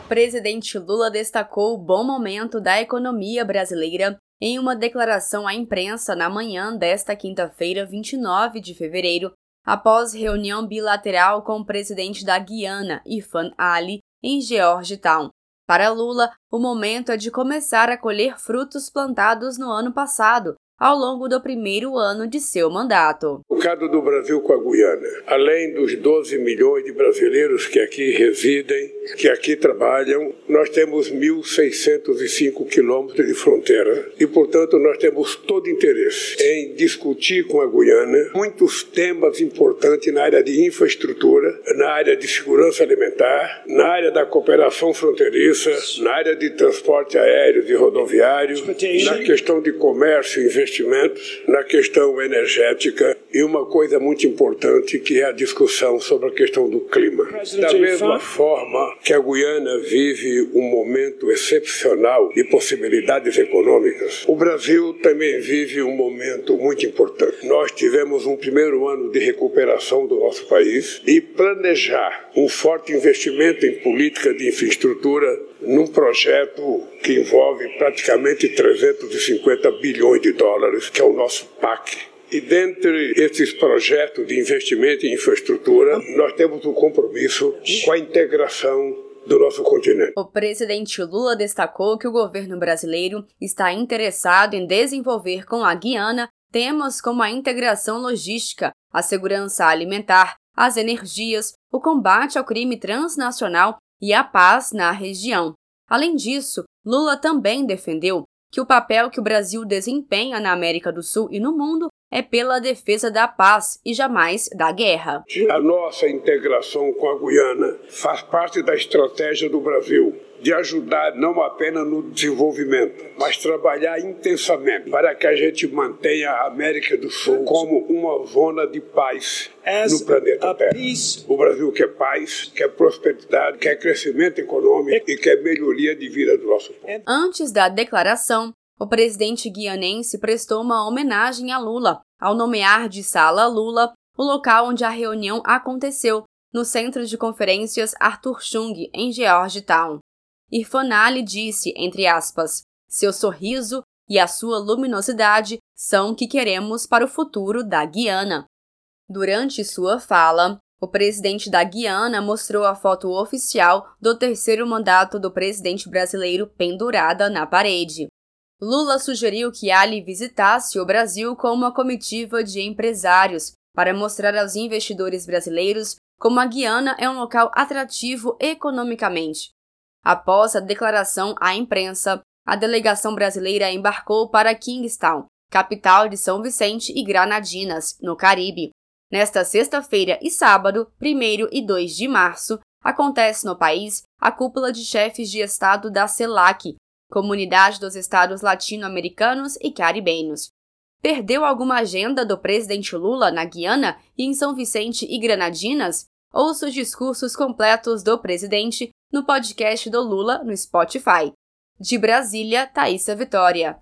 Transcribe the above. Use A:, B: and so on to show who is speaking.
A: presidente Lula destacou o bom momento da economia brasileira em uma declaração à imprensa na manhã desta quinta-feira, 29 de fevereiro, após reunião bilateral com o presidente da Guiana, Irfan Ali, em Georgetown. Para Lula, o momento é de começar a colher frutos plantados no ano passado, ao longo do primeiro ano de seu mandato.
B: O caso do Brasil com a Guiana, além dos 12 milhões de brasileiros que aqui residem, que aqui trabalham, nós temos 1.605 quilômetros de fronteira e, portanto, nós temos todo interesse em discutir com a Guiana muitos temas importantes na área de infraestrutura, na área de segurança alimentar, na área da cooperação fronteiriça, na área de transporte aéreo e rodoviário, na questão de comércio e investimentos, na questão energética e uma coisa muito importante que é a discussão sobre a questão do clima. Da mesma forma que a Guiana vive um momento excepcional de possibilidades econômicas, o Brasil também vive um momento muito importante. Nós tivemos um primeiro ano de recuperação do nosso país e planejar um forte investimento em política de infraestrutura num projeto que envolve praticamente 350 bilhões de dólares, que é o nosso PAC. E dentre esses projetos de investimento em infraestrutura, nós temos um compromisso com a integração do nosso continente.
A: O presidente Lula destacou que o governo brasileiro está interessado em desenvolver com a Guiana temas como a integração logística, a segurança alimentar, as energias, o combate ao crime transnacional e a paz na região. Além disso, Lula também defendeu que o papel que o Brasil desempenha na América do Sul e no mundo é pela defesa da paz e jamais da guerra.
B: A nossa integração com a Guiana faz parte da estratégia do Brasil de ajudar não apenas no desenvolvimento, mas trabalhar intensamente para que a gente mantenha a América do Sul como uma zona de paz no planeta Terra. O Brasil quer paz, quer prosperidade, quer crescimento econômico e quer melhoria de vida do nosso povo.
A: Antes da declaração, o presidente guianense prestou uma homenagem a Lula, ao nomear de Sala Lula o local onde a reunião aconteceu, no Centro de Conferências Arthur Chung, em Georgetown. Irfan Ali disse, entre aspas, "Seu sorriso e a sua luminosidade são o que queremos para o futuro da Guiana." Durante sua fala, o presidente da Guiana mostrou a foto oficial do terceiro mandato do presidente brasileiro pendurada na parede. Lula sugeriu que Ali visitasse o Brasil com uma comitiva de empresários para mostrar aos investidores brasileiros como a Guiana é um local atrativo economicamente. Após a declaração à imprensa, a delegação brasileira embarcou para Kingstown, capital de São Vicente e Granadinas, no Caribe. Nesta sexta-feira e sábado, 1º e 2 de março, acontece no país a cúpula de chefes de Estado da CELAC, Comunidade dos Estados Latino-Americanos e Caribenhos. Perdeu alguma agenda do presidente Lula na Guiana e em São Vicente e Granadinas? Ouça os discursos completos do presidente no podcast do Lula no Spotify. De Brasília, Thaísa Vitória.